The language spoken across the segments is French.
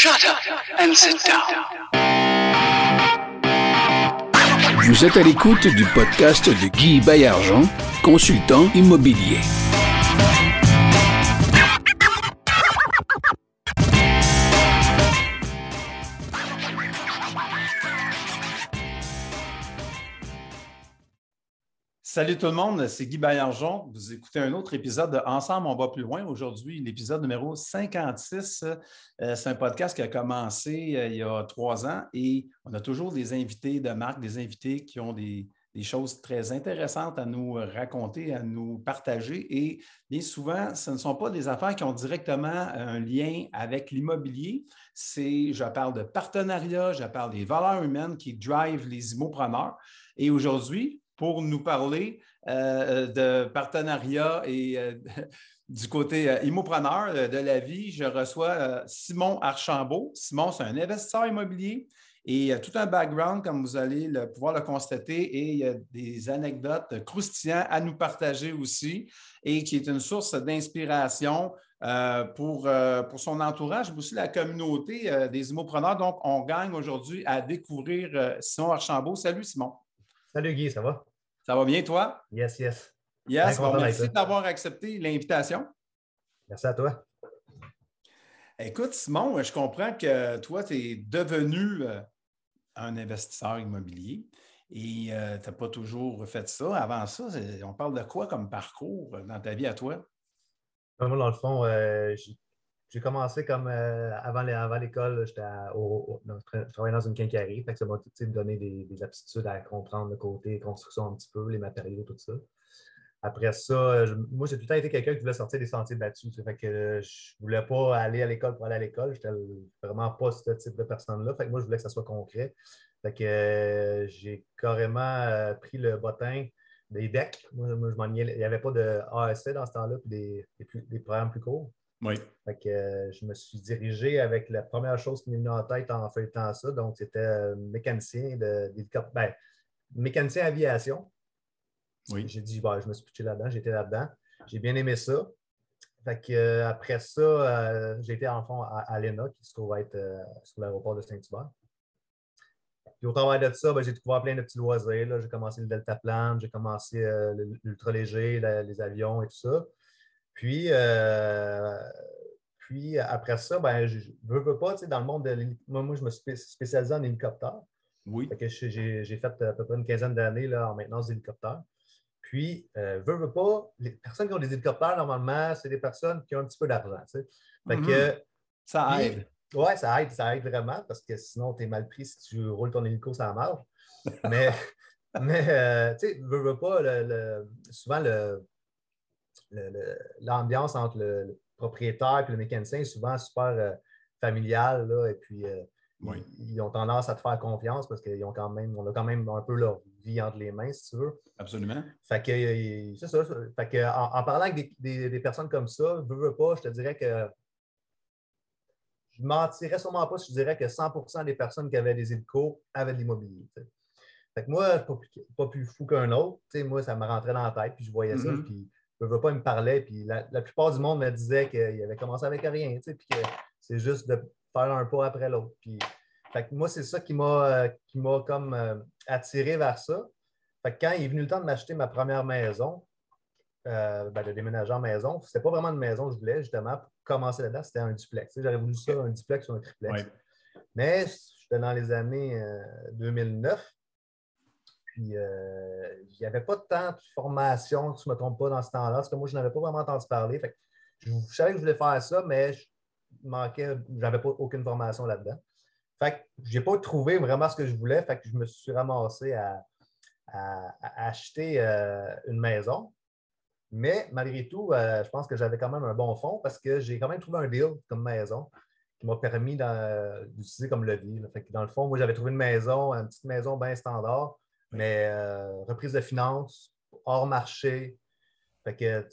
Shut up and sit down. Vous êtes à l'écoute du podcast de Guy Baillargeon, consultant immobilier. Salut tout le monde, c'est Guy Baillargeon. Vous écoutez un autre épisode de Ensemble, on va plus loin. Aujourd'hui, l'épisode numéro 56. C'est un podcast qui a commencé il y a 3 ans et on a toujours des invités de marque, des invités qui ont des choses très intéressantes à nous raconter, à nous partager. Et bien souvent, ce ne sont pas des affaires qui ont directement un lien avec l'immobilier. Je parle de partenariat, je parle des valeurs humaines qui drivent les immopreneurs. Et aujourd'hui, pour nous parler de partenariat et du côté immopreneur de la vie, je reçois Simon Archambault. Simon, c'est un investisseur immobilier et tout un background, comme vous allez pouvoir le constater, et il y a des anecdotes croustillantes à nous partager aussi et qui est une source d'inspiration pour son entourage, mais aussi la communauté des immopreneurs. Donc, on gagne aujourd'hui à découvrir Simon Archambault. Salut Simon. Salut Guy, ça va? Ça va bien, toi? Yes. Yes, bon, merci d'avoir accepté l'invitation. Merci à toi. Écoute, Simon, je comprends que toi, tu es devenu un investisseur immobilier et tu n'as pas toujours fait ça. Avant ça, on parle de quoi comme parcours dans ta vie à toi? Moi, dans le fond, j'ai commencé comme avant l'école, je travaillais dans une quincaillerie, fait que ça m'a donné des aptitudes à comprendre le côté construction un petit peu, les matériaux, tout ça. Après ça, moi, j'ai tout le temps été quelqu'un qui voulait sortir des sentiers battus. Fait que je ne voulais pas aller à l'école pour aller à l'école. Je n'étais vraiment pas ce type de personne-là. Fait que moi, je voulais que ça soit concret. Fait que j'ai carrément pris le bottin des decks. Moi, je m'ennuyais. Il n'y avait pas de ASC dans ce temps-là, puis des programmes plus courts. Oui. Fait que je me suis dirigé avec la première chose qui m'est venue en tête en feuilletant ça. Donc, c'était mécanicien d'hélicoptère. Mécanicien aviation. Oui. J'ai dit, je me suis pitché là-dedans, j'étais là-dedans. J'ai bien aimé ça. Fait que, après ça, j'ai été en fond à l'ENA, qui se trouve être sur l'aéroport de Saint-Hubert. Puis au travers de ça, j'ai découvert plein de petits loisirs. Là. J'ai commencé le deltaplane, j'ai commencé l'ultra-léger, les avions et tout ça. Puis après ça, je ne veux pas, dans le monde de l'hélicoptère. Moi, je me suis spécialisé en hélicoptère. Oui. Fait que j'ai fait à peu près une quinzaine d'années là, en maintenance d'hélicoptère. Puis, veux pas, les personnes qui ont des hélicoptères, normalement, c'est des personnes qui ont un petit peu d'argent. Fait que, ça aide. Oui, ça aide vraiment parce que sinon, tu es mal pris si tu roules ton hélico sur la marge. Mais tu sais, veux pas, souvent, l'ambiance entre le propriétaire et le mécanicien est souvent super familiale. Là, et puis, oui. Ils ont tendance à te faire confiance parce qu'on a quand même un peu leur vie entre les mains, si tu veux. Absolument. Fait que c'est ça. Fait que, en parlant avec des personnes comme ça, veux pas, je te dirais que je ne mentirais sûrement pas si je dirais que 100% des personnes qui avaient des hélicos avaient de l'immobilier. T'sais. Fait que moi, je ne suis pas plus fou qu'un autre. T'sais, moi, ça me rentrait dans la tête, puis je voyais ça, puis veux pas, ils me parlaient, puis la plupart du monde me disait qu'il avait commencé avec rien, puis que c'est juste de faire un pas après l'autre. Puis, fait que moi, c'est ça qui m'a comme attiré vers ça. Fait que quand il est venu le temps de m'acheter ma première maison, de déménager en maison, c'était pas vraiment une maison que je voulais, justement, pour commencer là-dedans, c'était un duplex. J'aurais voulu ça, un duplex ou un triplex. Oui. Mais j'étais dans les années 2009, puis il n'y avait pas tant de formation, si je ne me trompe pas, dans ce temps-là, parce que moi, je n'avais pas vraiment entendu parler. Fait que je savais que je voulais faire ça, mais je n'avais pas aucune formation là-dedans. Fait que je n'ai pas trouvé vraiment ce que je voulais, fait que je me suis ramassé à acheter une maison. Mais malgré tout, je pense que j'avais quand même un bon fond parce que j'ai quand même trouvé un deal comme maison qui m'a permis d'utiliser comme levier. Fait que dans le fond, moi, j'avais trouvé une petite maison bien standard, mais reprise de finances, hors marché. Fait que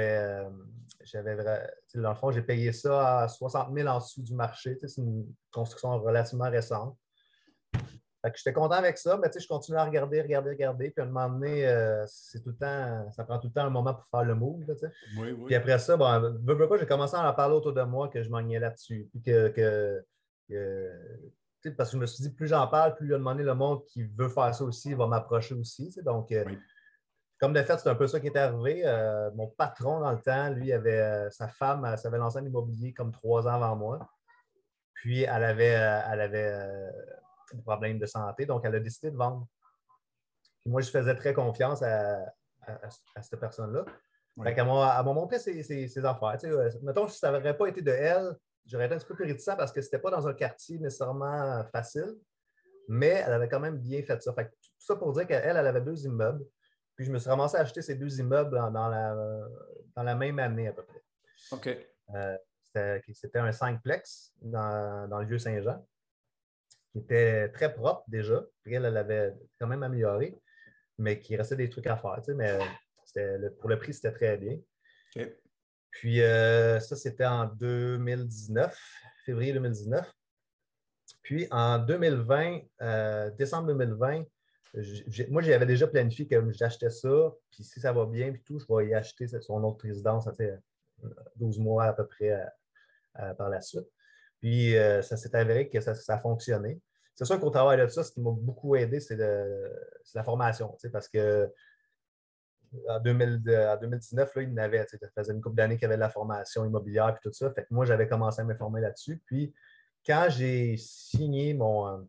dans le fond, j'ai payé ça à 60 000 en dessous du marché. C'est une construction relativement récente. Fait que j'étais content avec ça, mais je continue à regarder. Puis à un moment donné, ça prend tout le temps un moment pour faire le move. Là, oui. Puis après ça, j'ai commencé à en parler autour de moi que je m'ennuyais là-dessus. Puis que Parce que je me suis dit, plus j'en parle, plus il y a demandé le monde qui veut faire ça aussi, va m'approcher aussi. Donc, Oui. comme de fait, c'est un peu ça qui est arrivé. Mon patron, dans le temps, lui, sa femme, elle s'avait lancé en immobilier comme 3 ans avant moi. Puis, elle avait des problèmes de santé, donc elle a décidé de vendre. Puis moi, je faisais très confiance à cette personne-là. Oui. Fait qu'elle m'a montré ses affaires. Mettons, si ça n'aurait pas été de elle, j'aurais été un petit peu plus réticent parce que ce n'était pas dans un quartier nécessairement facile, mais elle avait quand même bien fait ça. Fait que tout ça pour dire qu'elle avait 2 immeubles. Puis je me suis ramassé à acheter ces 2 immeubles dans la même année à peu près. OK. C'était un 5-plex dans le Vieux-Saint-Jean, qui était très propre déjà. Puis elle avait quand même amélioré, mais qui restait des trucs à faire. Mais pour le prix, c'était très bien. OK. Puis ça, c'était en 2019, février 2019. Puis en 2020, décembre 2020, moi, j'avais déjà planifié que j'achetais ça, puis si ça va bien, puis tout, je vais y acheter son autre résidence, 12 mois à peu près par la suite. Puis ça s'est avéré que ça a fonctionné. C'est sûr qu'au travail de ça, ce qui m'a beaucoup aidé, c'est la formation, parce que en 2019, là, ça faisait une couple d'années qu'il y avait de la formation immobilière et tout ça. Fait que moi, j'avais commencé à me former là-dessus. Puis quand j'ai signé mon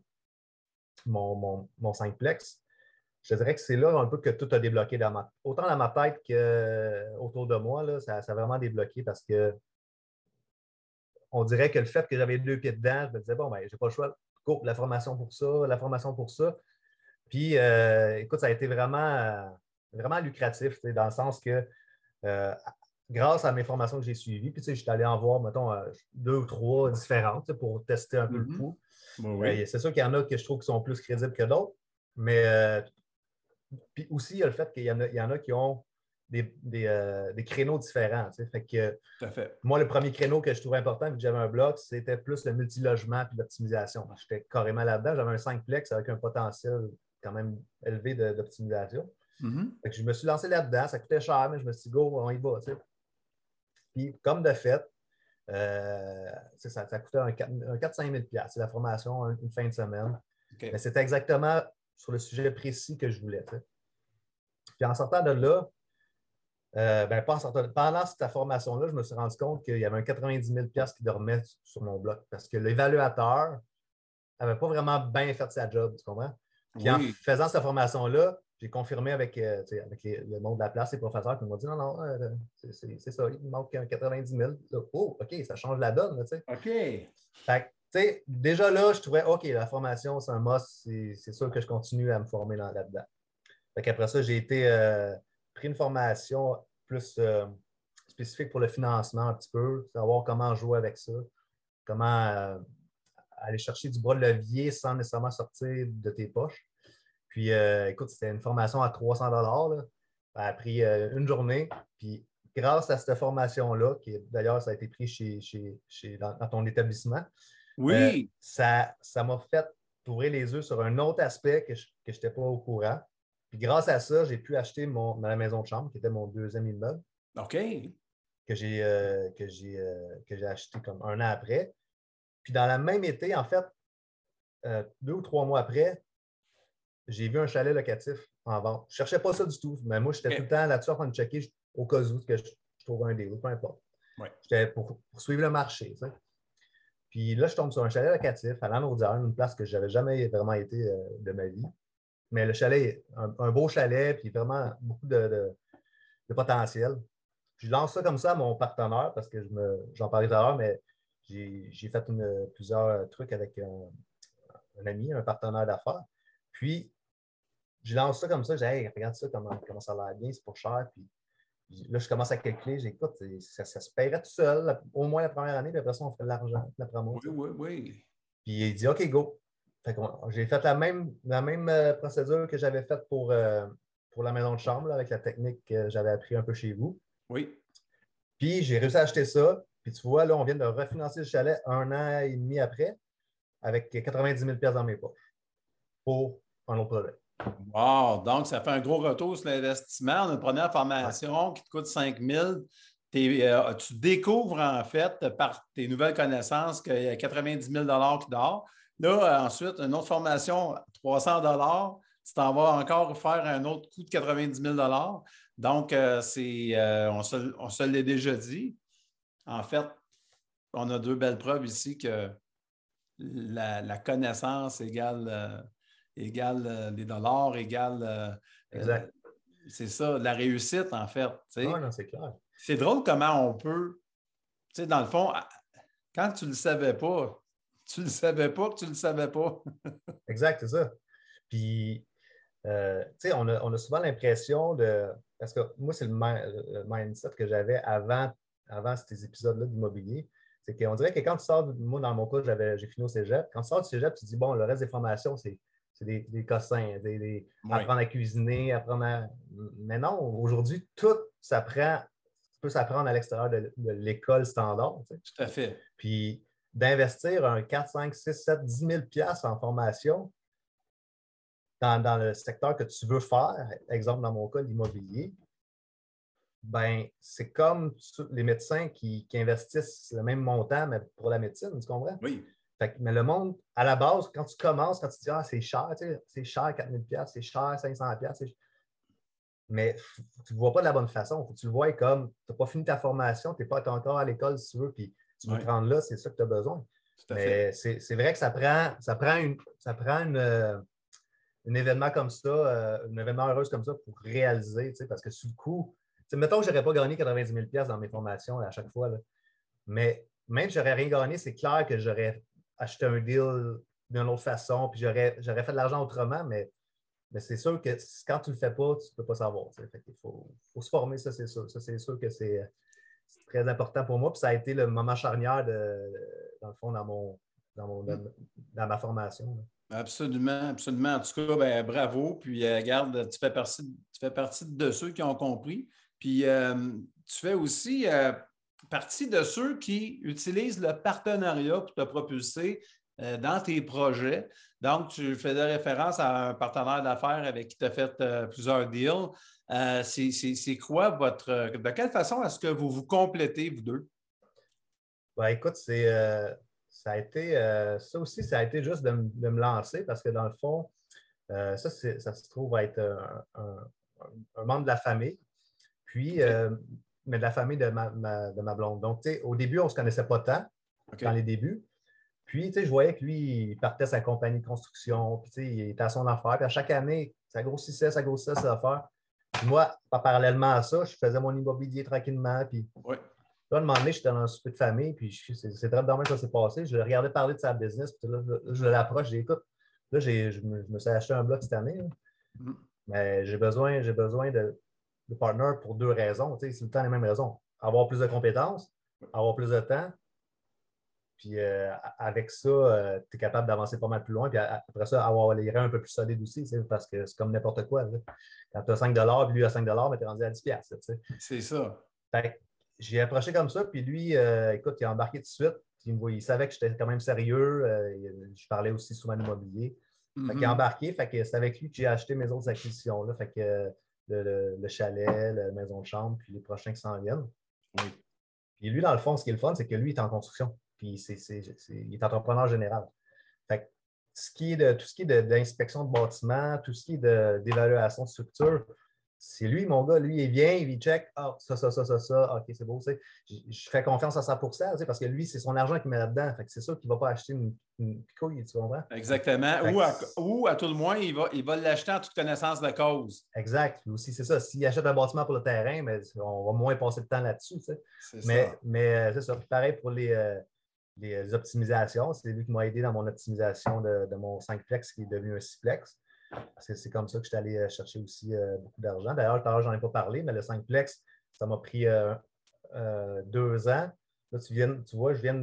5-plex, je dirais que c'est là un peu que tout a débloqué autant dans ma tête qu'autour de moi. Là, ça a vraiment débloqué parce que on dirait que le fait que j'avais 2 pieds dedans, je me disais, bon, ben, j'ai pas le choix. Go, la formation pour ça, la formation pour ça. Puis, écoute, ça a été vraiment, vraiment lucratif, dans le sens que grâce à mes formations que j'ai suivies, puis je suis allé en voir, mettons, 2 ou 3 différentes pour tester un peu le pouls. Oui. C'est sûr qu'il y en a que je trouve qui sont plus crédibles que d'autres, mais puis aussi, il y a le fait qu'il y en a qui ont des créneaux différents. Fait que, tout à fait. Moi, le premier créneau que je trouvais important, vu que j'avais un bloc, c'était plus le multilogement et l'optimisation. J'étais carrément là-dedans. J'avais un 5-plex avec un potentiel quand même élevé d'optimisation. Fait que je me suis lancé là-dedans. Ça coûtait cher, mais je me suis dit, go, on y va. Puis, comme de fait, ça coûtait un 4-5 000 $. C'est la formation, une fin de semaine. Okay. Mais c'était exactement sur le sujet précis que je voulais. Puis en sortant de là, pendant cette formation-là, je me suis rendu compte qu'il y avait un 90 000 $ qui dormait sur mon bloc parce que l'évaluateur n'avait pas vraiment bien fait sa job, tu comprends? Puis en faisant cette formation-là, j'ai confirmé avec le monde de la place, les professeurs qui m'ont dit non, c'est ça, il me manque un 90 000 $. Là, oh, OK, ça change la donne. Là, OK. Fait que, déjà là, je trouvais OK, la formation, c'est un must, c'est sûr que je continue à me former là-dedans. Fait qu'après ça, j'ai été pris une formation plus spécifique pour le financement un petit peu, savoir comment jouer avec ça, comment aller chercher du bras de levier sans nécessairement sortir de tes poches. Puis, écoute, c'était une formation à 300 $. Là. Ça a pris une journée. Puis, grâce à cette formation-là, qui d'ailleurs, ça a été pris dans ton établissement, ça m'a fait ouvrir les yeux sur un autre aspect que je n'étais pas au courant. Puis, grâce à ça, j'ai pu acheter ma maison de chambre, qui était mon 2e immeuble. OK. Que j'ai acheté comme 1 an après. Puis, dans le même été, en fait, 2 ou 3 mois après, j'ai vu un chalet locatif en vente. Je ne cherchais pas ça du tout, mais moi, j'étais tout le temps là-dessus en train de checker au cas où que je trouve un deal, peu importe. J'étais pour suivre le marché. Tu sais. Puis là, je tombe sur un chalet locatif à Lanaudière, une place que je n'avais jamais vraiment été de ma vie. Mais le chalet, un beau chalet, puis vraiment beaucoup de potentiel. Je lance ça comme ça à mon partenaire parce que j'en parlais tout à l'heure, mais j'ai fait plusieurs trucs avec un ami, un partenaire d'affaires. Puis, je lance ça comme ça, je dis hey, regarde ça, comment ça a l'air bien, c'est pas cher. Puis là, je commence à calculer, j'écoute, ça se paierait tout seul, au moins la première année, puis après ça, on fait de l'argent, la promo. Oui. Puis il dit OK, go. Fait que j'ai fait la même procédure que j'avais faite pour la maison de chambre, là, avec la technique que j'avais appris un peu chez vous. Oui. Puis j'ai réussi à acheter ça. Puis tu vois, là, on vient de refinancer le chalet 1 an et demi après, avec 90 000 $ dans mes poches pour un autre projet. Wow! Donc, ça fait un gros retour sur l'investissement. On a une première formation qui te coûte 5 000 tu découvres en fait par tes nouvelles connaissances qu'il y a 90 000 qui dort. Là, ensuite, une autre formation, 300 tu t'en vas encore faire un autre coût de 90 000 Donc, on se l'est déjà dit. En fait, on a deux belles preuves ici que la connaissance égale des dollars, égale. Exact. C'est ça, la réussite, en fait. Oui, non, c'est clair. C'est drôle comment on peut, tu sais, dans le fond, quand tu ne le savais pas, tu ne le savais pas que tu ne le savais pas. Exact, c'est ça. Puis, tu sais, on a souvent l'impression de. Parce que moi, c'est le mindset que j'avais avant ces épisodes-là d'immobilier. C'est qu'on dirait que quand tu sors, moi, dans mon cas, j'ai fini au cégep. Quand tu sors du cégep, tu te dis, bon, le reste des formations, c'est des cossins, apprendre à cuisiner, Mais non, aujourd'hui, tout peut s'apprendre à l'extérieur de l'école standard. Tu sais. Tout à fait. Puis d'investir un 4, 5, 6, 7, 10 000 $ en formation dans le secteur que tu veux faire, exemple dans mon cas, l'immobilier, ben c'est comme les médecins qui investissent le même montant, mais pour la médecine, tu comprends? Oui. Mais le monde, à la base, quand tu commences, quand tu dis c'est cher, tu sais, c'est cher 4 000 $, c'est cher 500 $, mais tu ne le vois pas de la bonne façon. Faut que tu le vois comme tu n'as pas fini ta formation, tu n'es pas encore à l'école si tu veux, puis tu veux te rendre là, c'est ça que tu as besoin. Mais c'est vrai que ça prend un événement comme ça, un événement heureux comme ça pour réaliser, parce que sur le coup, mettons que je n'aurais pas gagné 90 000 $ dans mes formations à chaque fois, là, mais même si je n'aurais rien gagné, c'est clair que j'aurais acheté un deal d'une autre façon, puis j'aurais fait de l'argent autrement, mais c'est sûr que quand tu ne le fais pas, tu ne peux pas savoir. Il faut se former, ça, c'est sûr. Ça, c'est sûr que c'est très important pour moi. Puis ça a été le moment charnière, dans le fond, dans ma formation. Là. Absolument, absolument. En tout cas, ben, bravo. Puis, regarde, tu fais partie de ceux qui ont compris. Puis, tu fais aussi partie de ceux qui utilisent le partenariat pour te propulser dans tes projets. Donc, tu faisais référence à un partenaire d'affaires avec qui tu as fait plusieurs deals. C'est quoi de quelle façon est-ce que vous vous complétez, vous deux? Ben, écoute, ça aussi, ça a été juste de me lancer parce que dans le fond, ça se trouve être un membre de la famille, puis, mais de la famille de ma blonde. Donc, tu sais, au début, on ne se connaissait pas tant dans les débuts. Puis, tu sais, je voyais que lui, il partait sa compagnie de construction, puis, tu sais, il était à son affaire. Puis, à chaque année, ça grossissait ses affaires. Puis moi, parallèlement à ça, je faisais mon immobilier tranquillement. Puis, là, à un moment donné, j'étais dans un souper de famille, puis c'est très dommage que ça s'est passé. Je le regardais parler de sa business, puis là, je l'approche, je dis, écoute, là, je me suis acheté un bloc cette année, mais j'ai besoin de partner pour deux raisons. Tu sais, c'est tout le temps les mêmes raisons. Avoir plus de compétences, avoir plus de temps, puis avec ça, tu es capable d'avancer pas mal plus loin. Puis après ça, avoir les reins un peu plus solides aussi, parce que c'est comme n'importe quoi. Là. Quand tu as 5 puis lui a 5 mais tu es rendu à 10 $. C'est ça. Fait, j'ai approché comme ça, puis lui, écoute, il a embarqué tout de suite. Il savait que j'étais quand même sérieux. Je parlais aussi souvent d'immobilier. Fait qu'il a embarqué. Fait que c'est avec lui que j'ai acheté mes autres acquisitions. Là. Fait que le chalet, la maison de chambre, puis les prochains qui s'en viennent. Oui. Puis lui, dans le fond, ce qui est le fun, c'est que lui, il est en construction. Puis il est entrepreneur général. Fait que tout ce qui est d'inspection de bâtiment, tout ce qui est d'évaluation de structure, c'est lui, mon gars. Lui, il vient, il check. Ah, ça. OK, c'est beau. Je fais confiance à 100% parce que lui, c'est son argent qu'il met là-dedans. Fait que c'est sûr qu'il ne va pas acheter une picouille, tu comprends? Exactement. Ou à tout le moins, il va l'acheter en toute connaissance de cause. Exact. Lui aussi, c'est ça. S'il achète un bâtiment pour le terrain, mais on va moins passer de temps là-dessus. Mais c'est ça. Puis pareil pour les optimisations. C'est lui qui m'a aidé dans mon optimisation de mon 5-plex qui est devenu un 6-plex. C'est comme ça que je suis allé chercher aussi beaucoup d'argent. D'ailleurs, tout à l'heure, je n'en ai pas parlé, mais le 5-plex, ça m'a pris 2 ans. Là, tu vois, je viens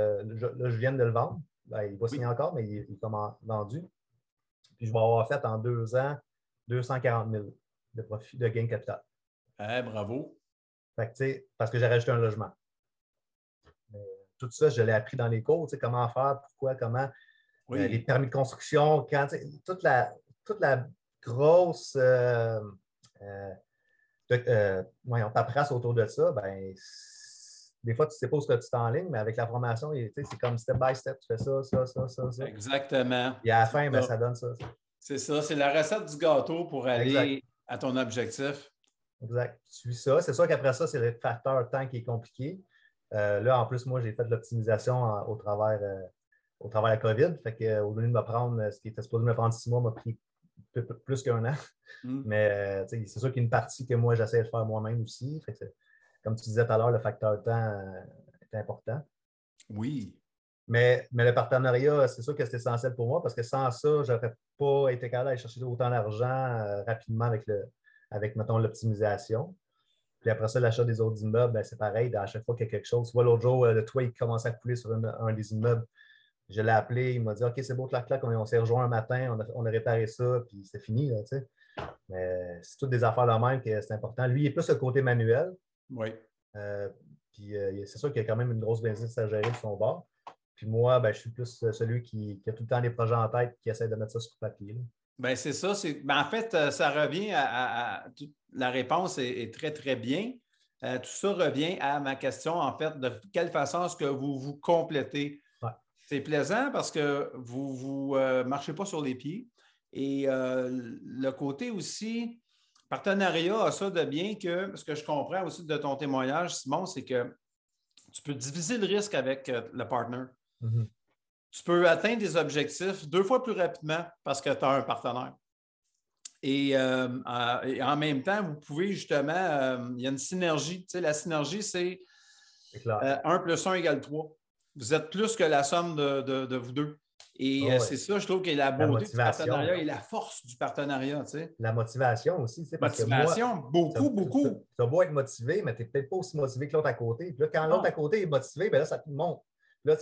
de le vendre. Ben, il va signer encore, mais il est comme vendu. Puis je vais avoir fait en 2 ans 240 000 de profit de gain capital. Bravo. Fait que, parce que j'ai rajouté un logement. Mais, tout ça, je l'ai appris dans les cours, comment faire, pourquoi, comment. Les permis de construction, toute la grosse paperasse autour de ça, ben, des fois, tu ne sais pas où ce que tu t'enlignes, mais avec la formation, c'est comme step by step, tu fais ça, ça, ça, ça, ça. Exactement. Et à la fin, ben, ça donne ça. C'est ça, c'est la recette du gâteau pour aller à ton objectif. Exact. Tu suis ça. C'est sûr qu'après ça, c'est le facteur temps qui est compliqué. Là, en plus, moi, j'ai fait de l'optimisation au travers de la COVID. Fait qu'au lieu de me prendre ce qui était supposé me prendre 6 mois, m'a pris plus qu'un an. Mais c'est sûr qu'il y a une partie que moi, j'essaie de faire moi-même aussi. Fait que comme tu disais tout à l'heure, le facteur temps est important. Oui. Mais le partenariat, c'est sûr que c'est essentiel pour moi parce que sans ça, je n'aurais pas été capable d'aller chercher autant d'argent rapidement avec, mettons, l'optimisation. Puis après ça, l'achat des autres immeubles, ben, c'est pareil. À chaque fois qu'il y a quelque chose, tu vois, l'autre jour, le toit, il commençait à couler sur un des immeubles. Je l'ai appelé, il m'a dit OK, c'est beau, clac, on s'est rejoint un matin, on a réparé ça, puis c'est fini. Là, tu sais. Mais c'est toutes des affaires de même que c'est important. Lui, il est plus le côté manuel. Oui. Puis c'est sûr qu'il y a quand même une grosse business à gérer de son bord. Puis moi, ben, je suis plus celui qui a tout le temps des projets en tête et qui essaie de mettre ça sur papier. Bien, c'est ça. En fait, ça revient la réponse est très, très bien. Tout ça revient à ma question, en fait, de quelle façon est-ce que vous vous complétez? Ouais. C'est plaisant parce que vous ne marchez pas sur les pieds. Et le côté aussi, partenariat a ça de bien que, ce que je comprends aussi de ton témoignage, Simon, c'est que tu peux diviser le risque avec le partner. Mm-hmm. Tu peux atteindre des objectifs 2 fois plus rapidement parce que tu as un partenaire. Et en même temps, vous pouvez justement, il y a une synergie. Tu sais, la synergie, c'est 1 plus 1 égale 3. Vous êtes plus que la somme de vous deux. Et c'est ça, je trouve, que la beauté du partenariat et la force du partenariat. Tu sais. La motivation aussi. Motivation, beaucoup. Tu as beau être motivé, mais tu n'es peut-être pas aussi motivé que l'autre à côté. Puis là, quand l'autre à côté est motivé, bien là, ça te monte. Là,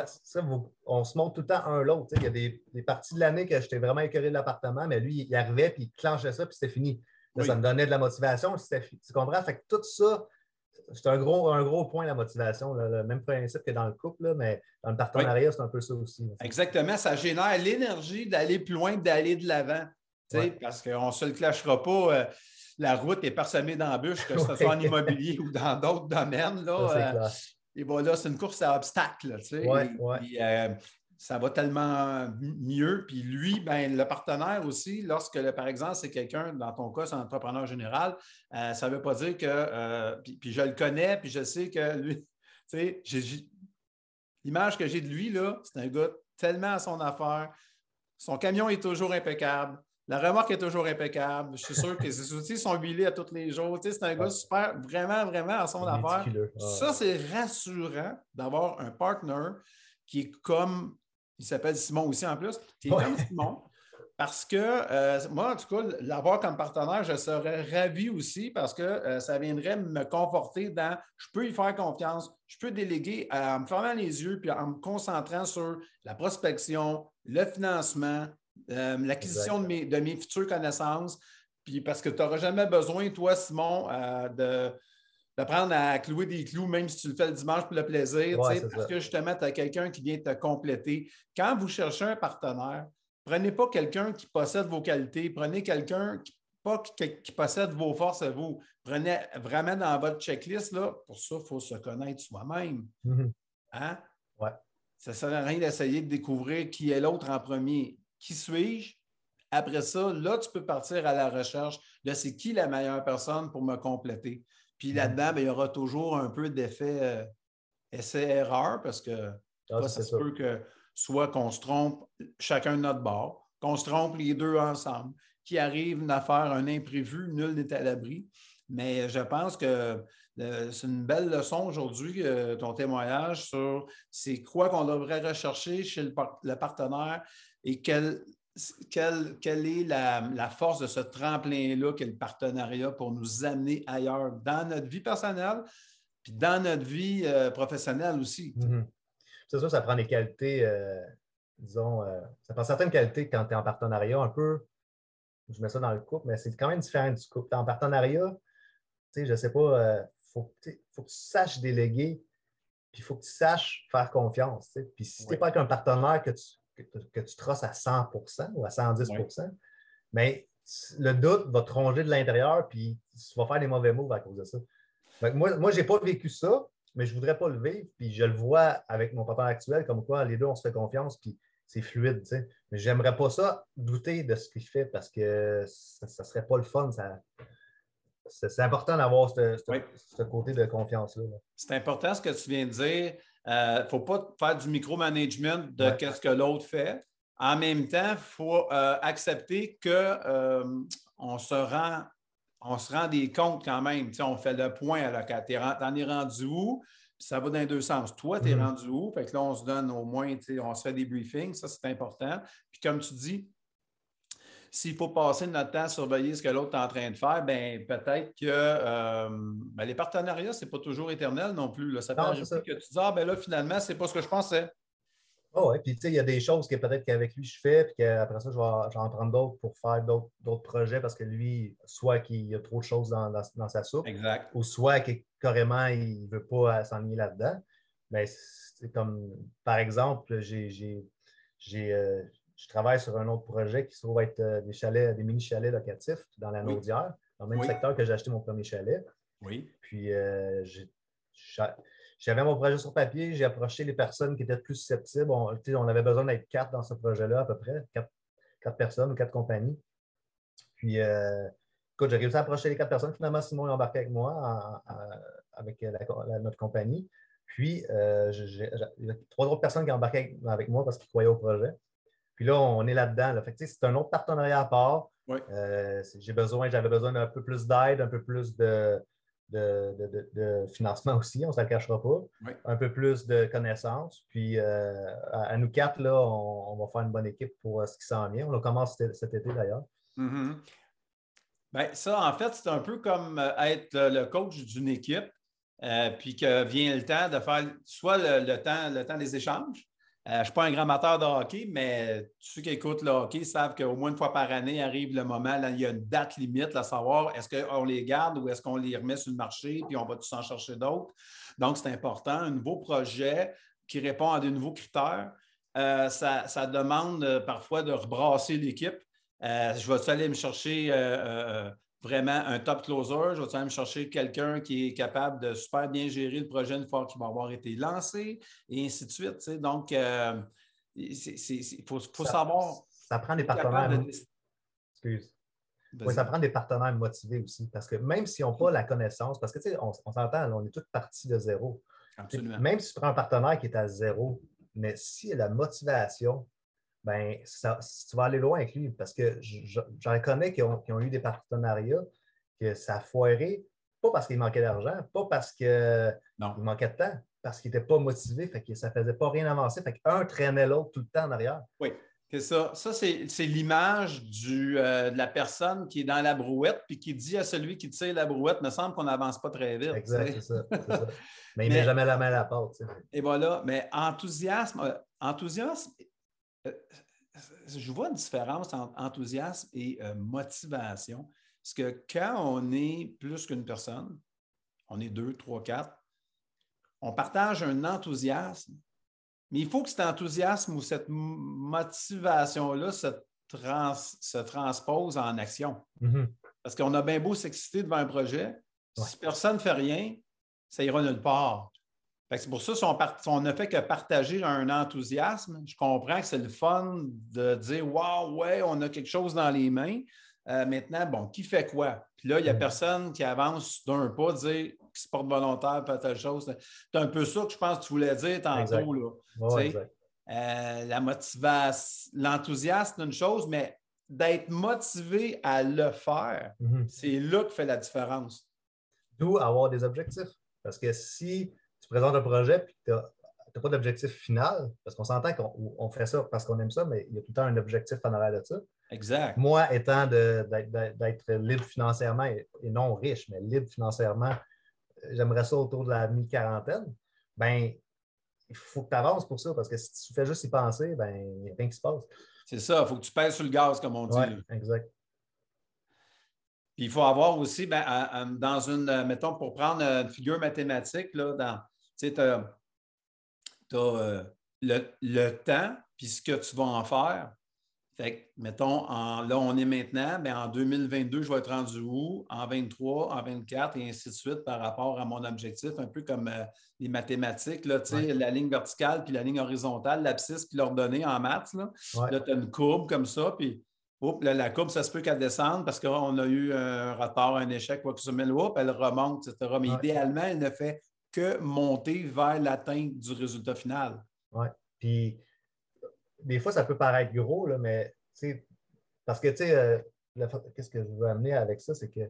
on se montre tout le temps un l'autre. Il y a des parties de l'année que j'étais vraiment écœuré de l'appartement, mais lui, il arrivait, puis il clenchait ça, puis c'était fini. Là, ça me donnait de la motivation. Tu comprends? Fait que tout ça, c'est un gros point, la motivation. Là, le même principe que dans le couple, là, mais dans le partenariat, c'est un peu ça aussi. Là. Exactement. Ça génère l'énergie d'aller plus loin, d'aller de l'avant. Parce qu'on ne se le clashera pas. La route est parsemée d'embûches, que ce soit en immobilier ou dans d'autres domaines. Là, et voilà, c'est une course à obstacles. Puis, ça va tellement mieux. Puis lui, ben, le partenaire aussi, lorsque, par exemple, c'est quelqu'un, dans ton cas, c'est un entrepreneur général, ça ne veut pas dire que. Puis je le connais, puis je sais que lui, tu sais, l'image que j'ai de lui, là, c'est un gars tellement à son affaire. Son camion est toujours impeccable. La remorque est toujours impeccable. Je suis sûr que ses outils sont huilés à tous les jours. Tu sais, c'est un gars super, vraiment, vraiment à son affaire. Ça, c'est rassurant d'avoir un partner qui est comme, il s'appelle Simon aussi en plus, qui est comme Simon. Parce que moi, en tout cas, l'avoir comme partenaire, je serais ravi aussi parce que ça viendrait me conforter dans je peux y faire confiance, je peux déléguer en me fermant les yeux puis en me concentrant sur la prospection, le financement, l'acquisition de mes futures connaissances. Puis parce que tu n'auras jamais besoin, toi, Simon, d'apprendre à clouer des clous, même si tu le fais le dimanche pour le plaisir, parce que justement, tu as quelqu'un qui vient te compléter. Quand vous cherchez un partenaire, prenez pas quelqu'un qui possède vos qualités, prenez quelqu'un qui possède vos forces à vous. Prenez vraiment dans votre checklist, là, pour ça, il faut se connaître soi-même. Mm-hmm. Hein? Ouais. Ça ne sert à rien d'essayer de découvrir qui est l'autre en premier. Qui suis-je? Après ça, là, tu peux partir à la recherche de c'est qui la meilleure personne pour me compléter. Puis là-dedans, bien, il y aura toujours un peu d'effet essai-erreur parce que ça se peut que soit qu'on se trompe chacun de notre bord, qu'on se trompe les deux ensemble, qu'il arrive à faire un imprévu, nul n'est à l'abri. Mais je pense que c'est une belle leçon aujourd'hui, ton témoignage sur c'est quoi qu'on devrait rechercher chez le partenaire et quelle est la force de ce tremplin-là qu'est le partenariat pour nous amener ailleurs dans notre vie personnelle puis dans notre vie professionnelle aussi. Mm-hmm. C'est sûr, ça prend des qualités, disons, ça prend certaines qualités quand tu es en partenariat un peu, je mets ça dans le couple, mais c'est quand même différent du couple. En partenariat, tu sais, je ne sais pas, faut que tu saches déléguer, puis il faut que tu saches faire confiance. Tu sais. Puis si tu n'es pas avec un partenaire que tu trosses à 100% ou à 110%, mais le doute va te ronger de l'intérieur, puis tu vas faire des mauvais moves à cause de ça. Fait que moi, je n'ai pas vécu ça, mais je ne voudrais pas le vivre, puis je le vois avec mon papa actuel, comme quoi les deux, on se fait confiance, puis c'est fluide, tu sais. Mais j'aimerais pas ça douter de ce qu'il fait parce que ça ne serait pas le fun. C'est important d'avoir ce côté de confiance-là. C'est important ce que tu viens de dire. Il ne faut pas faire du micromanagement de Ouais. ce que l'autre fait. En même temps, il faut accepter qu'on se rend des comptes quand même. On fait le point à t'en es rendu où? Puis ça va dans les deux sens. Toi, tu es rendu où? Fait que là, on se donne au moins, on se fait des briefings. Ça, c'est important. Puis comme tu dis, s'il faut passer notre temps à surveiller ce que l'autre est en train de faire, bien, peut-être que les partenariats, ce n'est pas toujours éternel non plus. Là. Ça peut arriver que tu dis, là, finalement, ce n'est pas ce que je pensais. Oh oui, puis tu sais, il y a des choses que peut-être qu'avec lui, je fais, puis qu'après ça, je vais en prendre d'autres pour faire d'autres projets parce que lui, soit qu'il y a trop de choses dans sa soupe, exact. Ou soit que carrément, il ne veut pas s'ennuyer là-dedans. Mais c'est comme, par exemple, je travaille sur un autre projet qui se trouve être des mini-chalets locatifs dans la Naudière, dans le même secteur que j'ai acheté mon premier chalet. Oui. Puis, j'avais mon projet sur papier, j'ai approché les personnes qui étaient plus susceptibles. On avait besoin d'être 4 dans ce projet-là, à peu près, 4 personnes ou 4 compagnies. Puis, écoute, j'ai réussi à approcher les 4 personnes. Finalement, Simon est embarqué avec moi, avec notre compagnie. Puis, il y a 3 autres personnes qui ont embarqué avec moi parce qu'ils croyaient au projet. Puis là, on est là-dedans. Là. Fait que, c'est un autre partenariat à part. Oui. J'avais besoin d'un peu plus d'aide, un peu plus de financement aussi, on ne se le cachera pas. Oui. Un peu plus de connaissances. Puis, à nous 4, là, on va faire une bonne équipe pour ce qui s'en vient. On commence cet été d'ailleurs. Mm-hmm. Bien, ça, en fait, c'est un peu comme être le coach d'une équipe, puis que vient le temps de faire soit le temps des échanges. Je ne suis pas un grand amateur de hockey, mais ceux qui écoutent le hockey savent qu'au moins une fois par année arrive le moment, là, il y a une date limite, à savoir est-ce qu'on les garde ou est-ce qu'on les remet sur le marché, puis on va tous en chercher d'autres. Donc, c'est important. Un nouveau projet qui répond à de nouveaux critères, ça demande parfois de rebrasser l'équipe. Je vais aller me chercher vraiment un top closer, je vais aller me chercher quelqu'un qui est capable de super bien gérer le projet une fois qu'il va avoir été lancé, et ainsi de suite. T'sais. Donc, il faut savoir. Ça prend des partenaires. Excuse. Oui, ça prend des partenaires motivés aussi, parce que même s'ils n'ont pas la connaissance, parce que tu sais, on s'entend, là, on est tous partis de zéro. Absolument. Même si tu prends un partenaire qui est à zéro, mais s'il y a la motivation, ben, tu vas aller loin avec lui parce que j'en connais qui ont eu des partenariats que ça a foiré, pas parce qu'il manquait d'argent, pas parce qu'il manquait de temps, parce qu'il n'était pas motivé, fait que ça ne faisait pas rien avancer. Fait qu'un traînait l'autre tout le temps en arrière. Oui, c'est ça. Ça, c'est l'image de la personne qui est dans la brouette puis qui dit à celui qui tire la brouette, me semble qu'on n'avance pas très vite. Exact, c'est ça. Mais il ne met jamais la main à la pâte. Et voilà, mais enthousiasme, je vois une différence entre enthousiasme et motivation. Parce que quand on est plus qu'une personne, on est 2, 3, 4, on partage un enthousiasme, mais il faut que cet enthousiasme ou cette motivation-là se transpose en action. Mm-hmm. Parce qu'on a bien beau s'exciter devant un projet, si personne ne fait rien, ça ira nulle part. C'est pour ça, si on ne fait que partager un enthousiasme, je comprends que c'est le fun de dire « Wow, ouais, on a quelque chose dans les mains. Maintenant, bon, qui fait quoi? » Puis là, il n'y a personne qui avance d'un pas, dire qui se porte volontaire, faire telle chose. C'est un peu ça que je pense que tu voulais dire tantôt. Là. Ouais, exact. La motivation, l'enthousiasme, c'est une chose, mais d'être motivé à le faire, c'est là que fait la différence. D'où avoir des objectifs. Parce que si tu présentes un projet et tu n'as pas d'objectif final, parce qu'on s'entend qu'on fait ça parce qu'on aime ça, mais il y a tout le temps un objectif en arrière de ça. Exact. Moi, étant d'être libre financièrement, et non riche, mais libre financièrement, j'aimerais ça autour de la mi-quarantaine, bien, il faut que tu avances pour ça, parce que si tu fais juste y penser, bien, il n'y a rien qui se passe. C'est ça, il faut que tu pèses sur le gaz, comme on dit. Oui, exact. Puis il faut avoir aussi, dans une, mettons, pour prendre une figure mathématique, là, tu as le temps, puis ce que tu vas en faire. Fait que, mettons, là, on est maintenant, bien, en 2022, je vais être rendu où? En 23, en 24 et ainsi de suite par rapport à mon objectif, un peu comme les mathématiques, là, tu sais, la ligne verticale puis la ligne horizontale, l'abscisse puis l'ordonnée en maths. Là, là tu as une courbe comme ça, puis là, la courbe, ça se peut qu'elle descende parce qu'on a eu un retard, un échec, quoi que ce soit, mais elle remonte, etc. Mais idéalement, elle ne fait que monter vers l'atteinte du résultat final. Oui. Puis, des fois, ça peut paraître gros, là, mais parce que, qu'est-ce que je veux amener avec ça, c'est que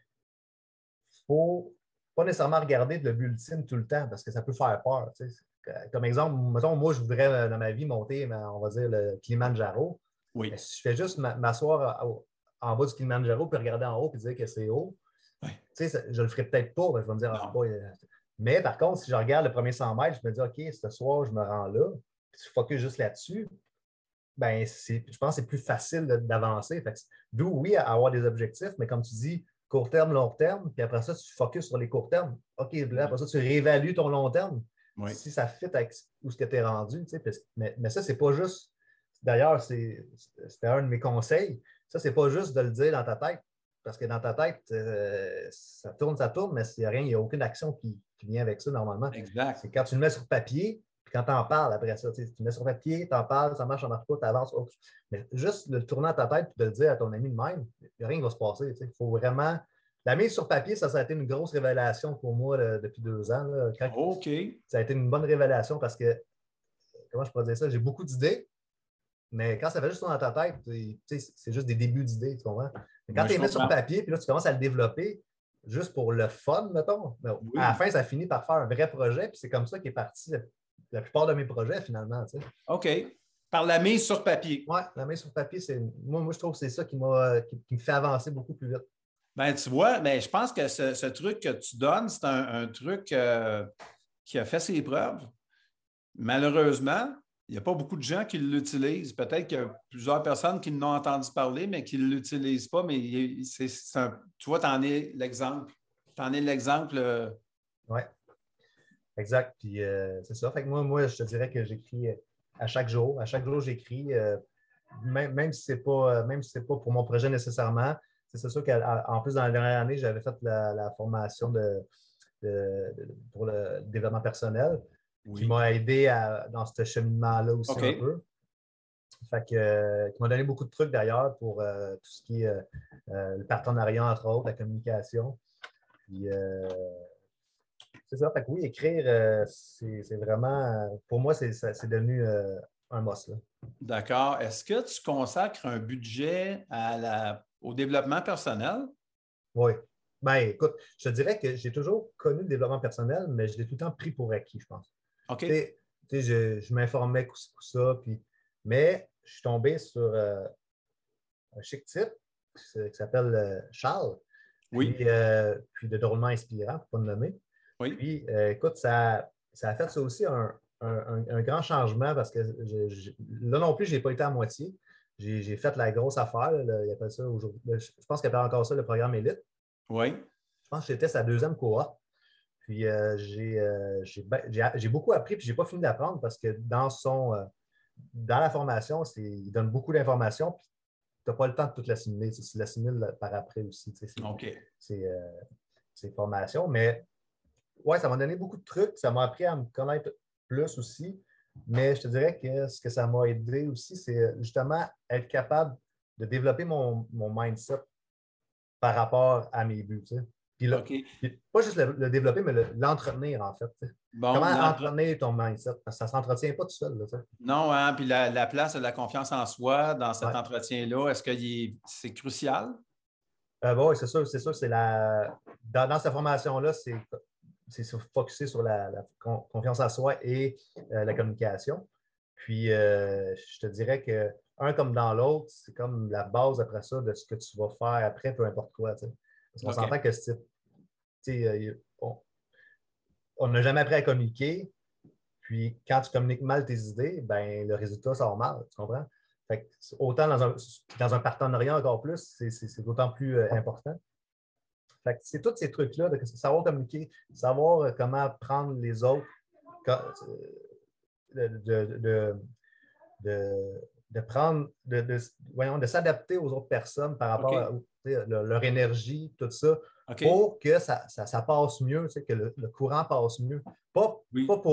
faut pas nécessairement regarder le but ultime tout le temps parce que ça peut faire peur. Comme exemple, mettons, moi, je voudrais dans ma vie monter, on va dire, le Kilimanjaro. Oui. Si je fais juste m'asseoir en bas du Kilimanjaro puis regarder en haut et dire que c'est haut, je ne le ferai peut-être pas. Je vais me dire, mais par contre, si je regarde le premier 100 mètres, je me dis, OK, ce soir, je me rends là, puis je focus juste là-dessus, ben, je pense que c'est plus facile d'avancer. D'où, oui, avoir des objectifs, mais comme tu dis, court terme, long terme, puis après ça, tu focuses sur les courts termes. OK, là, après ça, tu réévalues ton long terme. Oui. Si ça fit avec où ce que tu es rendu. Mais ça, c'est pas juste. D'ailleurs, c'était un de mes conseils. Ça, c'est pas juste de le dire dans ta tête. Parce que dans ta tête, ça tourne, mais il n'y a aucune action qui vient avec ça normalement. Exact. C'est quand tu le mets sur papier, puis quand tu en parles après ça, tu le mets sur papier, tu en parles, ça marche, ça ne marche pas, tu avances. Oh. Mais juste le tourner à ta tête et de le dire à ton ami de même, il n'y a rien qui va se passer. Il faut vraiment. La mise sur papier, ça a été une grosse révélation pour moi depuis 2 ans. Là, ça a été une bonne révélation parce que, comment je pourrais dire ça, j'ai beaucoup d'idées, mais quand ça fait juste tourner dans ta tête, c'est juste des débuts d'idées, tu comprends? Mais quand tu les mets sur papier, puis là, tu commences à le développer juste pour le fun, mettons, à la fin, ça finit par faire un vrai projet, puis c'est comme ça qu'est parti la plupart de mes projets, finalement. OK. Par la mise sur papier. Oui, la mise sur papier, moi, je trouve que c'est ça qui me fait avancer beaucoup plus vite. Ben, tu vois, je pense que ce truc que tu donnes, c'est un truc qui a fait ses preuves. Malheureusement, il n'y a pas beaucoup de gens qui l'utilisent. Peut-être qu'il y a plusieurs personnes qui n'ont entendu parler, mais qui ne l'utilisent pas. Mais tu vois, tu en es l'exemple. Tu en es l'exemple. Oui, exact. Puis c'est ça. Fait que moi, je te dirais que j'écris à chaque jour. À chaque jour, j'écris, même si ce n'est pas pour mon projet nécessairement. C'est sûr qu'en plus, dans la dernière année, j'avais fait la formation pour le développement personnel qui m'a aidé dans ce cheminement-là aussi un peu. Fait que, qui m'a donné beaucoup de trucs d'ailleurs pour tout ce qui est le partenariat, entre autres, la communication. Puis, c'est ça. Fait que oui, écrire, c'est vraiment, pour moi, c'est devenu un must. D'accord. Est-ce que tu consacres un budget au développement personnel? Oui. Ben, écoute, je te dirais que j'ai toujours connu le développement personnel, mais je l'ai tout le temps pris pour acquis, je pense. OK. Je m'informais coup ça, mais je suis tombé sur un chic type qui s'appelle Charles, puis de Drôlement Inspirant, pour ne pas le nommer. Oui. Puis, écoute, ça a fait ça aussi un grand changement parce que là non plus, je n'ai pas été à moitié. J'ai fait la grosse affaire. Il appelle ça aujourd'hui. Je pense qu'il appelle encore ça le programme Élite. Oui. Je pense que j'étais sa 2e cohorte. Puis j'ai beaucoup appris, puis je n'ai pas fini d'apprendre parce que dans la formation, il donne beaucoup d'informations, puis tu n'as pas le temps de tout l'assimiler. Tu l'assimiles par après aussi. C'est formation. Mais ouais, ça m'a donné beaucoup de trucs. Ça m'a appris à me connaître plus aussi. Mais je te dirais que ce que ça m'a aidé aussi, c'est justement être capable de développer mon mindset par rapport à mes buts. Puis là, pas juste le développer, mais l'entretenir, en fait. Bon, comment entretenir ton mindset? Parce que ça ne s'entretient pas tout seul. Là, non, hein? Puis la place de la confiance en soi dans cet entretien-là, est-ce que c'est crucial? Oui, c'est sûr. C'est dans cette formation-là, c'est focusé sur la confiance en soi et la communication. Puis, je te dirais que un comme dans l'autre, c'est comme la base après ça de ce que tu vas faire après, peu importe quoi. T'sais. Parce qu'on s'entend que on n'a jamais appris à communiquer. Puis, quand tu communiques mal tes idées, ben, le résultat sort mal. Tu comprends? Fait que, autant dans un partenariat encore plus, c'est d'autant plus important. Fait que c'est tous ces trucs-là, de savoir communiquer, savoir comment prendre les autres, de s'adapter aux autres personnes par rapport à leur énergie, tout ça, pour que ça passe mieux, que le courant passe mieux. Pas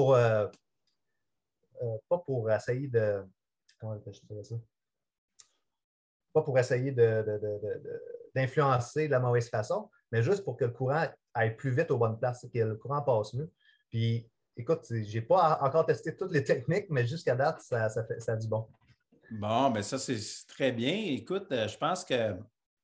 pour essayer de... Comment je dirais ça? Pas pour essayer d'influencer de la mauvaise façon, mais juste pour que le courant aille plus vite aux bonnes places, que le courant passe mieux. Puis, écoute, je n'ai pas encore testé toutes les techniques, mais jusqu'à date, ça a du bon. Bon, bien ça, c'est très bien. Écoute, je pense que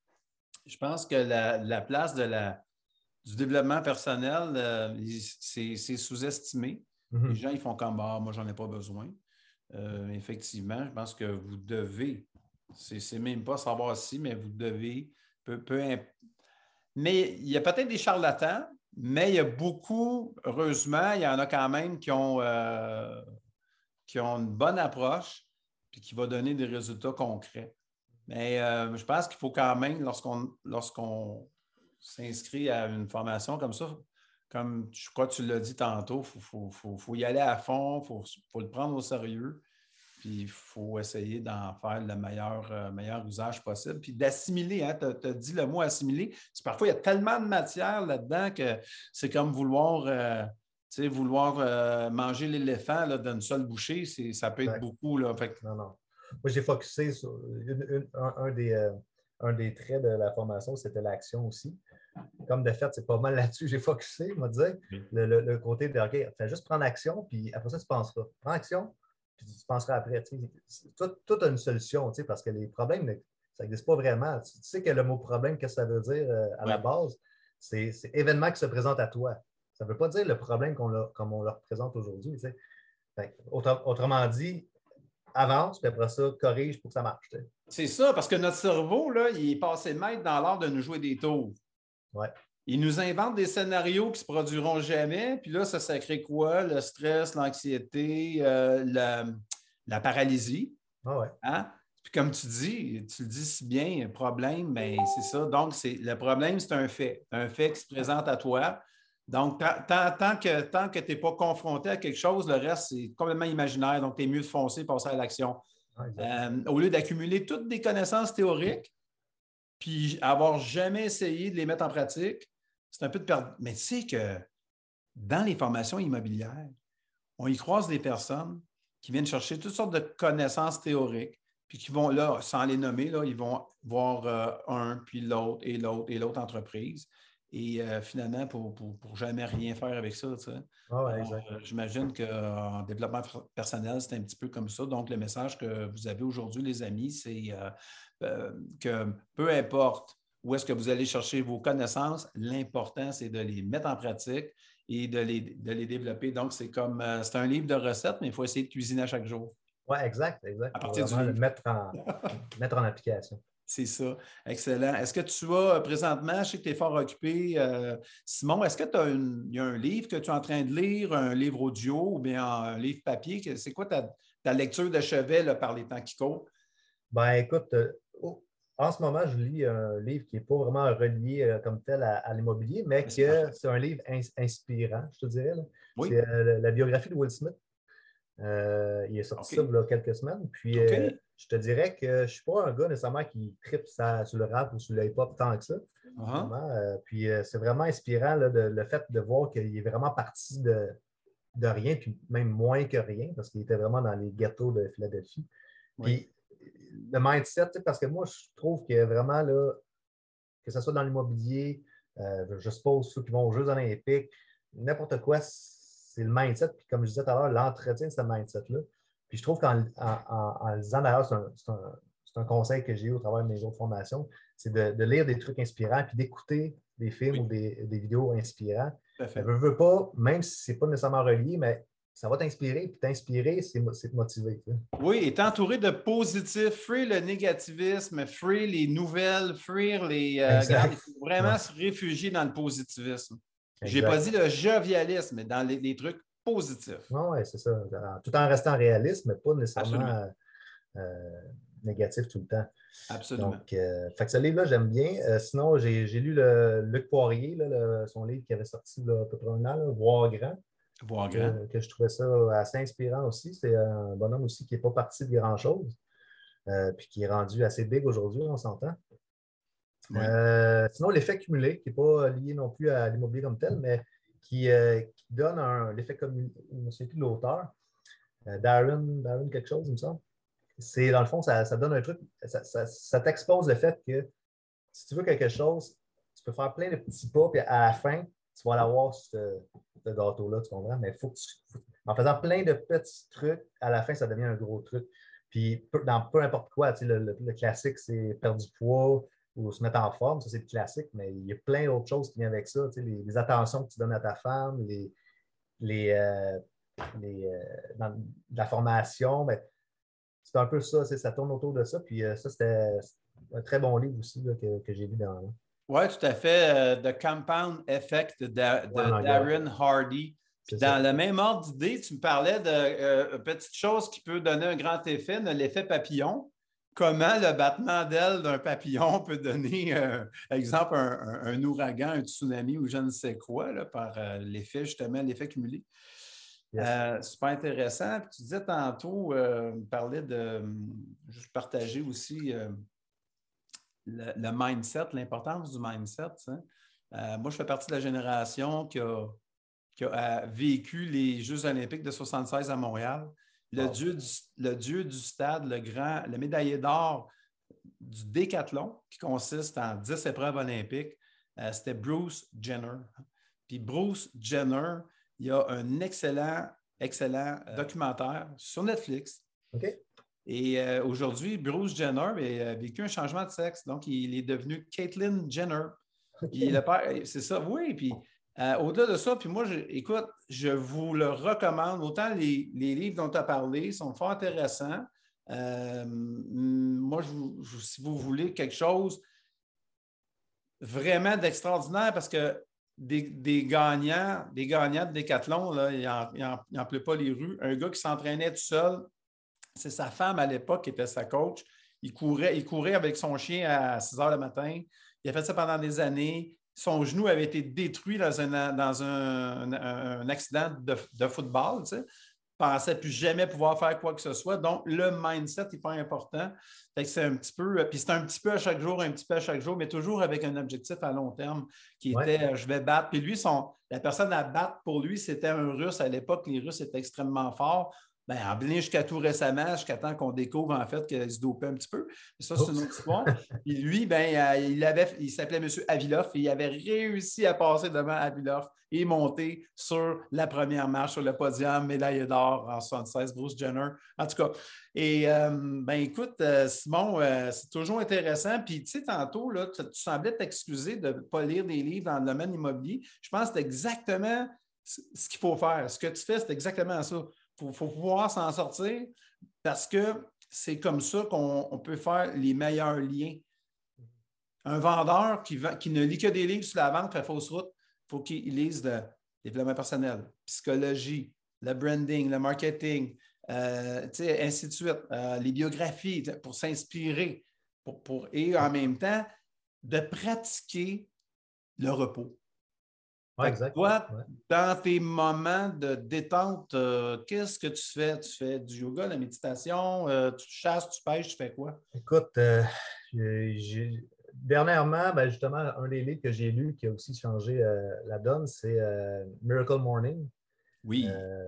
la place du développement personnel, c'est sous-estimé. Mm-hmm. Les gens, ils font comme, moi, j'en ai pas besoin. Effectivement, je pense que vous devez, c'est même pas savoir si, mais vous devez, mais il y a peut-être des charlatans, mais il y a beaucoup, heureusement, il y en a quand même qui ont une bonne approche puis qui va donner des résultats concrets. Mais je pense qu'il faut quand même, lorsqu'on s'inscrit à une formation comme ça, comme je crois que tu l'as dit tantôt, il faut y aller à fond, il faut le prendre au sérieux, puis il faut essayer d'en faire le meilleur usage possible, puis d'assimiler. Hein, tu as dit le mot assimiler. Parfois, il y a tellement de matière là-dedans que c'est comme vouloir manger l'éléphant d'une seule bouchée, ça peut être beaucoup. Là, fait que... Non. Moi, j'ai focusé sur un des traits de la formation, c'était l'action aussi. Comme de fait, c'est pas mal là-dessus que j'ai focusé, on va dire. Le côté de, OK, fais juste prendre action, puis après ça, tu penseras. Prends action, puis tu penseras après. Tout a une solution, parce que les problèmes, ça n'existe pas vraiment. Tu sais que le mot problème, qu'est-ce que ça veut dire à la base? C'est événement qui se présente à toi. Ça ne veut pas dire le problème comme on le représente aujourd'hui. Autrement dit, avance, puis après ça, corrige pour que ça marche. C'est ça, parce que notre cerveau, là, il est passé maître dans l'art de nous jouer des tours. Ouais. Il nous invente des scénarios qui ne se produiront jamais, puis là, ça crée quoi? Le stress, l'anxiété, la paralysie. Ah ouais. Hein? Puis comme tu le dis si bien, problème, bien, c'est ça. Donc, le problème, c'est un fait qui se présente à toi. Donc, tant que tu n'es pas confronté à quelque chose, le reste, c'est complètement imaginaire. Donc, tu es mieux de foncer, passer à l'action. Au lieu d'accumuler toutes des connaissances théoriques, puis avoir jamais essayé de les mettre en pratique, c'est un peu de perdre. Mais tu sais que dans les formations immobilières, on y croise des personnes qui viennent chercher toutes sortes de connaissances théoriques, puis qui vont là, sans les nommer, là, ils vont voir un, puis l'autre, et l'autre entreprise. Et finalement, pour jamais rien faire avec ça. Tu sais. J'imagine qu'en développement personnel, c'est un petit peu comme ça. Donc, le message que vous avez aujourd'hui, les amis, c'est que peu importe où est-ce que vous allez chercher vos connaissances, l'important, c'est de les mettre en pratique et de les développer. Donc, c'est un livre de recettes, mais il faut essayer de cuisiner à chaque jour. Oui, exact. À partir du le mettre en application. C'est ça. Excellent. Est-ce que tu as présentement, je sais que tu es fort occupé, Simon, est-ce que il y a un livre que tu es en train de lire, un livre audio ou bien un livre papier? C'est quoi ta lecture de chevet là, par les temps qui courent? Ben écoute, en ce moment, je lis un livre qui n'est pas vraiment relié comme tel à l'immobilier, mais c'est un livre inspirant, je te dirais. Là. Oui. C'est la biographie de Will Smith. Il est sorti ça il y a quelques semaines. Puis je te dirais que je ne suis pas un gars nécessairement qui tripe sur le rap ou sur le hip-hop tant que ça. Puis c'est vraiment inspirant là, le fait de voir qu'il est vraiment parti de rien, puis même moins que rien, parce qu'il était vraiment dans les ghettos de Philadelphie. Puis le mindset, parce que moi, je trouve que vraiment, là, que ce soit dans l'immobilier, je suppose ceux qui vont aux Jeux olympiques, n'importe quoi, c'est le mindset. Puis comme je disais tout à l'heure, l'entretien de ce mindset-là. Puis je trouve qu'en le disant d'ailleurs, c'est un conseil que j'ai eu au travers de mes autres formations, c'est de lire des trucs inspirants puis d'écouter des films ou des vidéos inspirants. Ça ne veut pas, même si ce n'est pas nécessairement relié, mais ça va t'inspirer. Puis t'inspirer, c'est te motiver. Tu sais. Oui, et t'entourer de positif, free le négativisme, free les nouvelles, free les... il faut vraiment se réfugier dans le positivisme. Je n'ai pas dit le jovialisme, mais dans les trucs positifs. Oui, c'est ça. Tout en restant réaliste, mais pas nécessairement négatif tout le temps. Absolument. Donc, fait que ce livre-là, j'aime bien. Sinon, j'ai lu Luc Poirier, son livre qui avait sorti là, à peu près un an, Voir grand. Voir grand. Que je trouvais ça assez inspirant aussi. C'est un bonhomme aussi qui n'est pas parti de grand-chose. puis qui est rendu assez big aujourd'hui, on s'entend. Oui. Sinon, l'effet cumulé, qui n'est pas lié non plus à l'immobilier comme tel, mais qui donne l'effet cumulé, je ne me souviens plus de l'auteur, Darren quelque chose, il me semble. C'est, dans le fond, ça donne un truc, ça t'expose le fait que si tu veux quelque chose, tu peux faire plein de petits pas, puis à la fin, tu vas l'avoir, ce gâteau-là, tu comprends? Mais en faisant plein de petits trucs, à la fin, ça devient un gros truc. Puis, dans peu importe quoi, le classique, c'est perdre du poids ou se mettre en forme, ça, c'est le classique, mais il y a plein d'autres choses qui viennent avec ça. Les attentions que tu donnes à ta femme, dans la formation, ben, c'est un peu ça, ça tourne autour de ça. Puis ça, c'était un très bon livre aussi là, que j'ai lu dans là. Oui, tout à fait. The Compound Effect de Darren Hardy. Puis dans le même ordre d'idée, tu me parlais de petite chose qui peut donner un grand effet, l'effet papillon. Comment le battement d'aile d'un papillon peut donner, exemple, un ouragan, un tsunami ou je ne sais quoi, là, par l'effet, justement, l'effet cumulé. Yes. Super intéressant. Puis tu disais tantôt, parlais de juste partager aussi le mindset, l'importance du mindset. Moi, je fais partie de la génération qui a vécu les Jeux olympiques de 1976 à Montréal. Le dieu du stade, le médaillé d'or du décathlon, qui consiste en 10 épreuves olympiques, c'était Bruce Jenner. Puis Bruce Jenner, il y a un excellent documentaire sur Netflix. OK. Et aujourd'hui, Bruce Jenner a vécu un changement de sexe. Donc, il est devenu Caitlyn Jenner. Okay. C'est ça, oui. Puis au-delà de ça, puis moi, écoute, je vous le recommande. Autant les livres dont tu as parlé sont fort intéressants. Moi, si vous voulez quelque chose vraiment d'extraordinaire, parce que des gagnants de décathlon, là, il n'en pleut pas les rues. Un gars qui s'entraînait tout seul, c'est sa femme à l'époque qui était sa coach. Il courait avec son chien à 6 heures le matin. Il a fait ça pendant des années. Son genou avait été détruit dans un accident de football. Tu sais. Il ne pensait plus jamais pouvoir faire quoi que ce soit. Donc, le mindset est pas important. Fait que c'est un petit peu, puis c'est un petit peu à chaque jour, mais toujours avec un objectif à long terme qui était je vais battre. Puis lui, la personne à battre pour lui, c'était un Russe. À l'époque, les Russes étaient extrêmement forts. Ben, en blin jusqu'à tout récemment, jusqu'à temps qu'on découvre en fait qu'il se dopait un petit peu. Mais ça, c'est une autre histoire. Puis lui, ben, il s'appelait M. Avilov et il avait réussi à passer devant Avilov et monter sur la première marche sur le podium, médaille d'or en 1976, Bruce Jenner. En tout cas, et ben écoute, Simon, c'est toujours intéressant. Puis tu sais, tantôt, là, tu semblais t'excuser de ne pas lire des livres dans le domaine immobilier. Je pense que c'est exactement ce qu'il faut faire. Ce que tu fais, c'est exactement ça. Il faut pouvoir s'en sortir parce que c'est comme ça qu'on peut faire les meilleurs liens. Un vendeur qui ne lit que des livres sur la vente fait fausse route, il faut qu'il lise le développement personnel, psychologie, le branding, le marketing, ainsi de suite, les biographies pour s'inspirer et en même temps de pratiquer le repos. Ouais, exact. Toi, dans tes moments de détente, qu'est-ce que tu fais? Tu fais du yoga, de la méditation, tu chasses, tu pêches, tu fais quoi? Écoute, dernièrement, ben justement, un des livres que j'ai lu qui a aussi changé la donne, c'est Miracle Morning. Oui.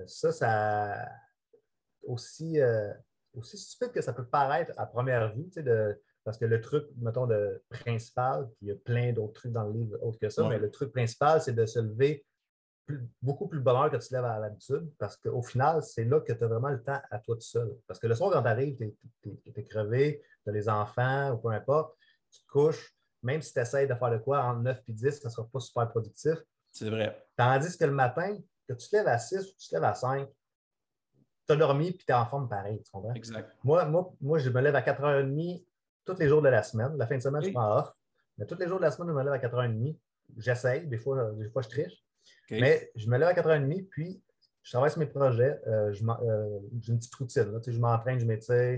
Ça aussi stupide que ça peut paraître à première vue, parce que le truc, mettons, principal, puis il y a plein d'autres trucs dans le livre autres que ça, mais le truc principal, c'est de se lever beaucoup plus de bonheur que tu te lèves à l'habitude, parce qu'au final, c'est là que tu as vraiment le temps à toi tout seul. Parce que le soir, quand tu arrives, tu es crevé, tu as les enfants, ou peu importe, tu te couches, même si tu essaies de faire de quoi entre 9 et 10, ça ne sera pas super productif. C'est vrai. Tandis que le matin, que tu te lèves à 6 ou tu te lèves à 5, tu as dormi puis tu es en forme pareil, tu comprends? Exact. Moi, je me lève à 4h30 tous les jours de la semaine. La fin de semaine, je prends off. Mais tous les jours de la semaine, je me lève à 4h30. J'essaye, des fois je triche. Okay. Mais je me lève à 4h30, puis je travaille sur mes projets. J'ai une petite routine. Là. Je m'entraîne, je m'étire,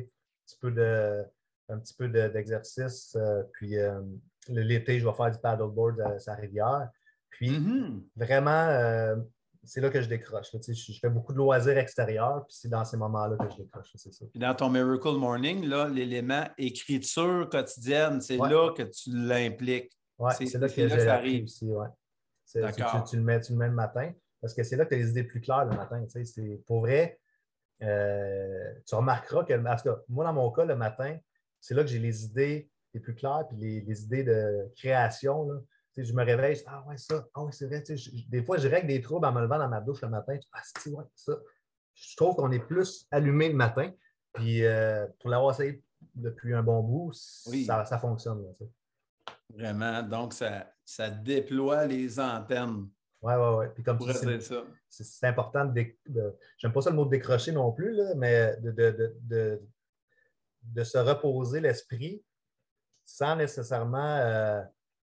un petit peu d'exercice. Puis l'été, je vais faire du paddleboard sur la rivière. Puis vraiment, c'est là que je décroche. Là, je fais beaucoup de loisirs extérieurs, puis c'est dans ces moments-là que je décroche, c'est ça. Puis dans ton Miracle Morning, là, l'élément écriture quotidienne, c'est là que tu l'impliques. Oui, c'est là que ça arrive aussi. Ouais. D'accord. Tu le mets le matin, parce que c'est là que tu as les idées plus claires le matin. C'est, pour vrai, tu remarqueras que, en tout cas, moi, dans mon cas, le matin, c'est là que j'ai les idées les plus claires, puis les idées de création. Là. Je me réveille, je dis, ah ouais, ça, ah ouais, c'est vrai. Des fois, je règle des troubles en me levant dans ma douche le matin. Ah, c'est ouais, ça. Je trouve qu'on est plus allumé le matin. Puis pour l'avoir essayé depuis un bon bout, ça fonctionne. Là, vraiment. Donc, ça déploie les antennes. Oui. Puis comme tu dis, c'est important j'aime pas ça le mot de décrocher non plus, là, mais de se reposer l'esprit sans nécessairement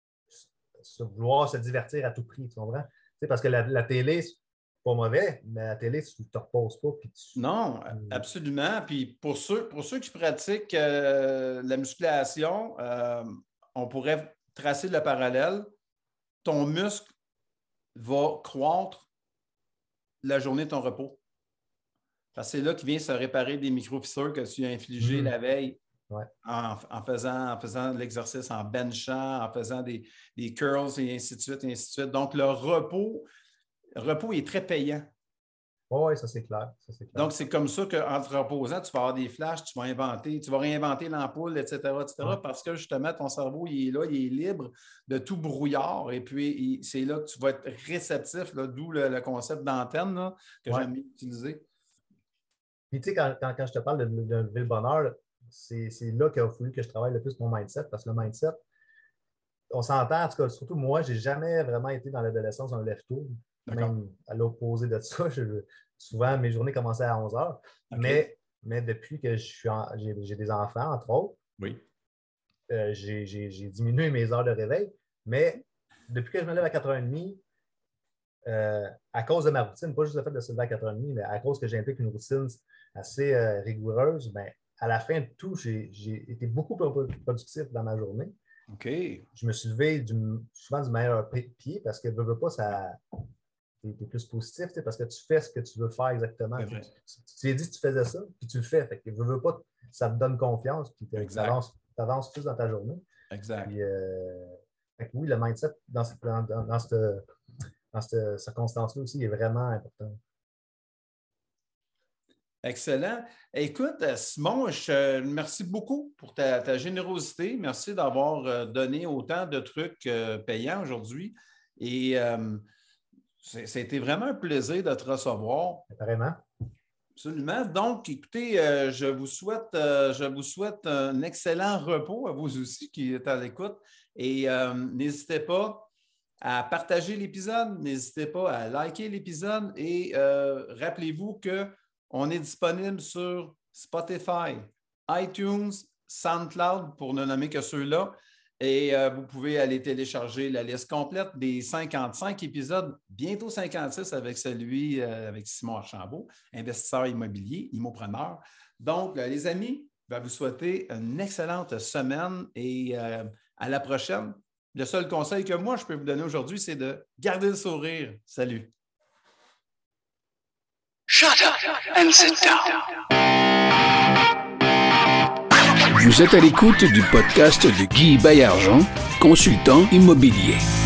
vouloir se divertir à tout prix, tu comprends? Parce que la télé, c'est pas mauvais, mais la télé, tu ne te reposes pas. Puis Non, absolument. Puis pour ceux qui pratiquent la musculation, on pourrait tracer le parallèle. Ton muscle va croître la journée de ton repos. Parce que c'est là qu'il vient se réparer des micro-fissures que tu as infligées la veille. Ouais. En faisant de l'exercice, en benchant, en faisant des curls et ainsi de suite. Donc, le repos est très payant. Oui, ça c'est clair. Donc, c'est comme ça qu'en te reposant, tu vas avoir des flashs, tu vas réinventer l'ampoule, etc., parce que justement, ton cerveau, il est là, il est libre de tout brouillard. Et puis, c'est là que tu vas être réceptif, là, d'où le concept d'antenne là, que j'aime bien utiliser. Puis, tu sais, quand je te parle de lever le bonheur, c'est là qu'il a fallu que je travaille le plus mon mindset, parce que le mindset, on s'entend, en tout cas, surtout moi, je n'ai jamais vraiment été dans l'adolescence un lève-tôt, même à l'opposé de ça. Souvent, mes journées commençaient à 11 heures. Okay. Mais depuis que j'ai des enfants, entre autres, j'ai diminué mes heures de réveil. Mais depuis que je me lève à 4h30, à cause de ma routine, pas juste le fait de se lever à 4h30, mais à cause que j'implique une routine assez rigoureuse, bien, à la fin de tout, j'ai été beaucoup plus productif dans ma journée. OK. Je me suis levé souvent du meilleur pied parce que veux pas, tu es plus positif parce que tu fais ce que tu veux faire exactement. Tu t'es dit que tu faisais ça, puis tu le fais. Fait que veux pas, ça te donne confiance, puis tu avances plus dans ta journée. Exact. Puis, fait que oui, le mindset dans cette circonstance-là aussi est vraiment important. Excellent. Écoute, Simon, merci beaucoup pour ta générosité. Merci d'avoir donné autant de trucs payants aujourd'hui. Et ça a été vraiment un plaisir de te recevoir. Vraiment. Absolument. Donc, écoutez, je vous souhaite un excellent repos à vous aussi qui êtes à l'écoute. Et n'hésitez pas à partager l'épisode, n'hésitez pas à liker l'épisode et rappelez-vous qu'on est disponible sur Spotify, iTunes, SoundCloud, pour ne nommer que ceux-là. Et vous pouvez aller télécharger la liste complète des 55 épisodes, bientôt 56 avec celui avec Simon Archambault, investisseur immobilier, immopreneur. Donc, les amis, je vais vous souhaiter une excellente semaine et à la prochaine. Le seul conseil que moi, je peux vous donner aujourd'hui, c'est de garder le sourire. Salut. Shut up and sit down. Vous êtes à l'écoute du podcast de Guy Baillargeon, consultant immobilier.